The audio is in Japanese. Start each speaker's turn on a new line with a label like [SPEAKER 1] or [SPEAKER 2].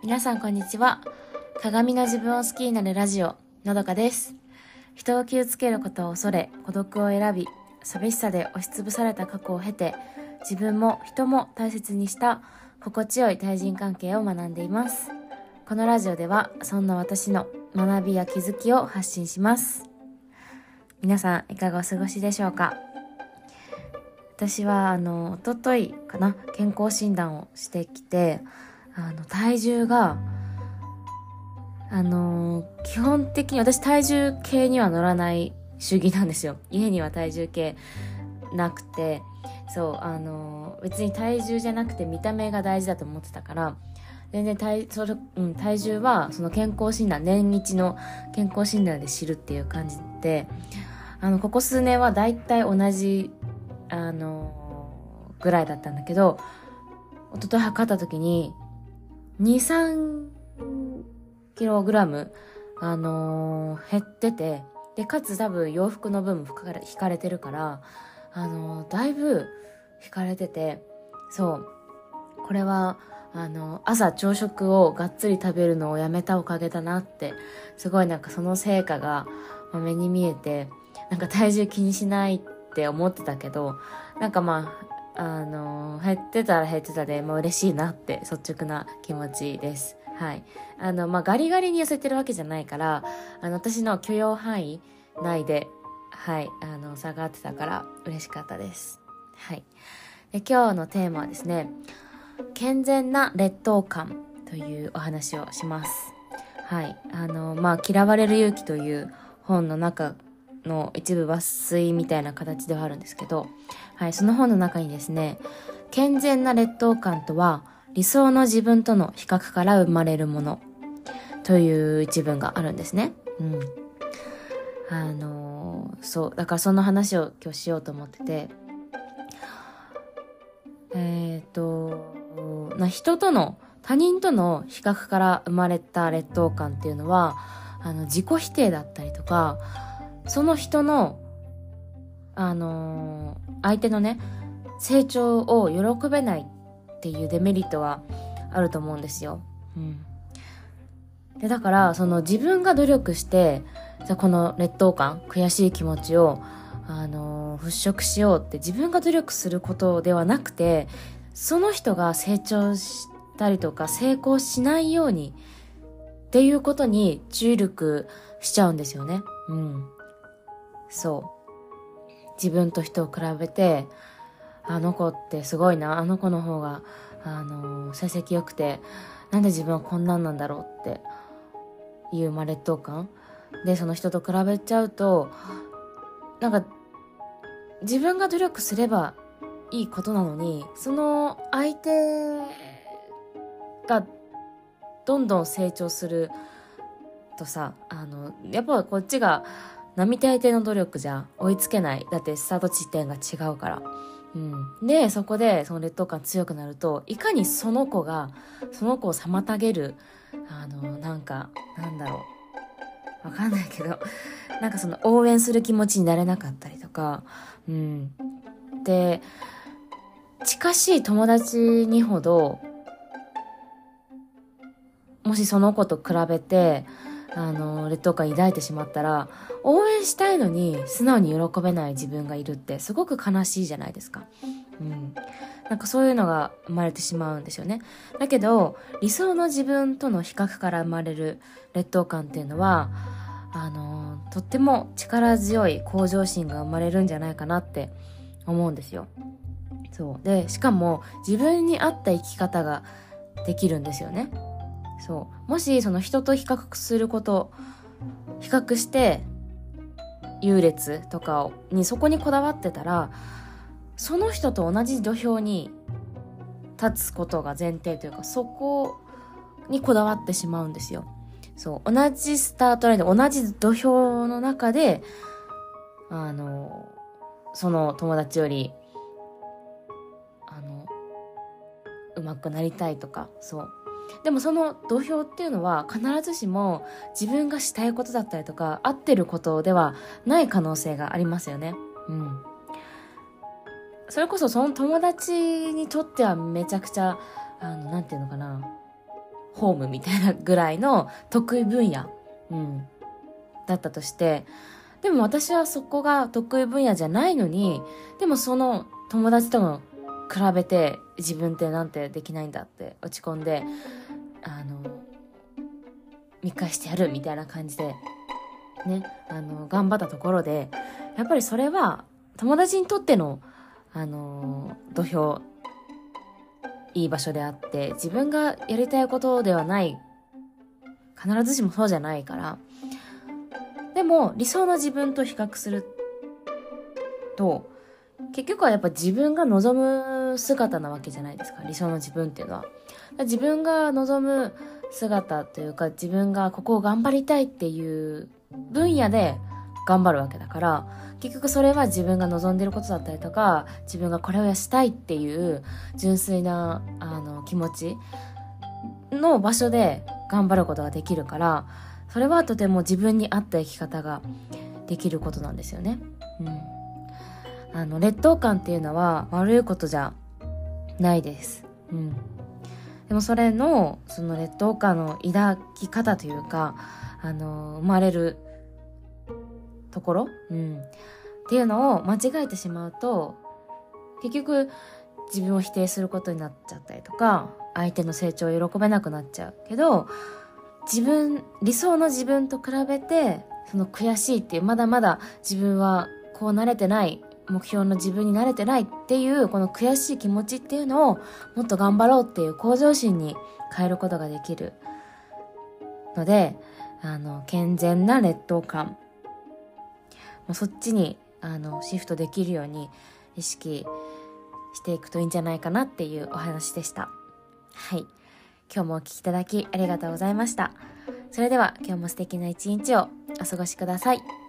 [SPEAKER 1] 皆さんこんにちは。鏡の自分を好きになるラジオのどかです。人を傷つけることを恐れ、孤独を選び、寂しさで押しつぶされた過去を経て、自分も人も大切にした心地よい対人関係を学んでいます。このラジオではそんな私の学びや気づきを発信します。皆さんいかがお過ごしでしょうか。私は一昨日かな、健康診断をしてきて、体重が基本的に私体重計には乗らない主義なんですよ。家には体重計なくて、別に体重じゃなくて見た目が大事だと思ってたから、全然体重はその健康診断、年一の健康診断で知るっていう感じで、ここ数年はだいたい同じぐらいだったんだけど、一昨日測った時に2、3キログラム減ってて、でかつ多分洋服の分も引かれてるから、だいぶ引かれてて、これは朝朝食をがっつり食べるのをやめたおかげだなって、すごいその成果が目に見えて、体重気にしないって思ってたけど、減ってたら減ってたで、嬉しいなって率直な気持ちです。はい。ガリガリに痩せてるわけじゃないから、私の許容範囲内で、はい、下がってたから嬉しかったです。はい。で、今日のテーマはですね、健全な劣等感というお話をします。はい。嫌われる勇気という本の中の一部抜粋みたいな形ではあるんですけど、はい、その本の中にですね、健全な劣等感とは理想の自分との比較から生まれるものという一文があるんですね。だからその話を今日しようと思ってて、他人との比較から生まれた劣等感っていうのは、自己否定だったりとか、その人の相手のね、成長を喜べないっていうデメリットはあると思うんですよ。で、だから自分が努力してこの劣等感、悔しい気持ちを払拭しようって自分が努力することではなくて、その人が成長したりとか成功しないようにっていうことに注力しちゃうんですよね。自分と人を比べて、あの子ってすごいな、あの子の方が成績良くて、なんで自分はこんなんなんだろうっていう劣等感で、その人と比べちゃうと、自分が努力すればいいことなのに、その相手がどんどん成長するとさ、やっぱこっちが並大抵の努力じゃ追いつけない。だってスタート地点が違うから。で、そこでその劣等感強くなると、いかにその子を妨げる、なんだろう。わかんないけど、その応援する気持ちになれなかったりとか、で、近しい友達にほど、もしその子と比べて、劣等感抱いてしまったら、応援したいのに素直に喜べない自分がいるってすごく悲しいじゃないですか。そういうのが生まれてしまうんですよね。だけど理想の自分との比較から生まれる劣等感っていうのは、とっても力強い向上心が生まれるんじゃないかなって思うんですよ。で、しかも自分に合った生き方ができるんですよね。もしその人と比較して優劣とかにそこにこだわってたら、その人と同じ土俵に立つことが前提というか、そこにこだわってしまうんですよ。同じスタートラインで同じ土俵の中でその友達より上手くなりたいとか、でもその土俵っていうのは必ずしも自分がしたいことだったりとか合ってることではない可能性がありますよね。それこそその友達にとってはめちゃくちゃなんていうのかな、 ホームみたいなぐらいの得意分野、だったとして、でも私はそこが得意分野じゃないのに、でもその友達との比べて自分ってなんてできないんだって落ち込んで、見返してやるみたいな感じでね、頑張ったところで、やっぱりそれは友達にとっての土俵、いい場所であって、自分がやりたいことではない、必ずしもそうじゃないから。でも理想の自分と比較すると、結局はやっぱ自分が望む姿なわけじゃないですか、理想の自分っていうのは。自分が望む姿というか、自分がここを頑張りたいっていう分野で頑張るわけだから、結局それは自分が望んでることだったりとか、自分がこれをしたいっていう純粋な気持ちの場所で頑張ることができるから、それはとても自分に合った生き方ができることなんですよね。劣等感っていうのは悪いことじゃないです。でもその劣等感の抱き方というか、生まれるところ、っていうのを間違えてしまうと、結局自分を否定することになっちゃったりとか、相手の成長を喜べなくなっちゃうけど、理想の自分と比べてその悔しいっていう、まだまだ自分はこうなれてない、目標の自分になれてないっていうこの悔しい気持ちっていうのをもっと頑張ろうっていう向上心に変えることができるので、健全な劣等感、そっちにシフトできるように意識していくといいんじゃないかなっていうお話でした。はい、今日もお聞きいただきありがとうございました。それでは今日も素敵な一日をお過ごしください。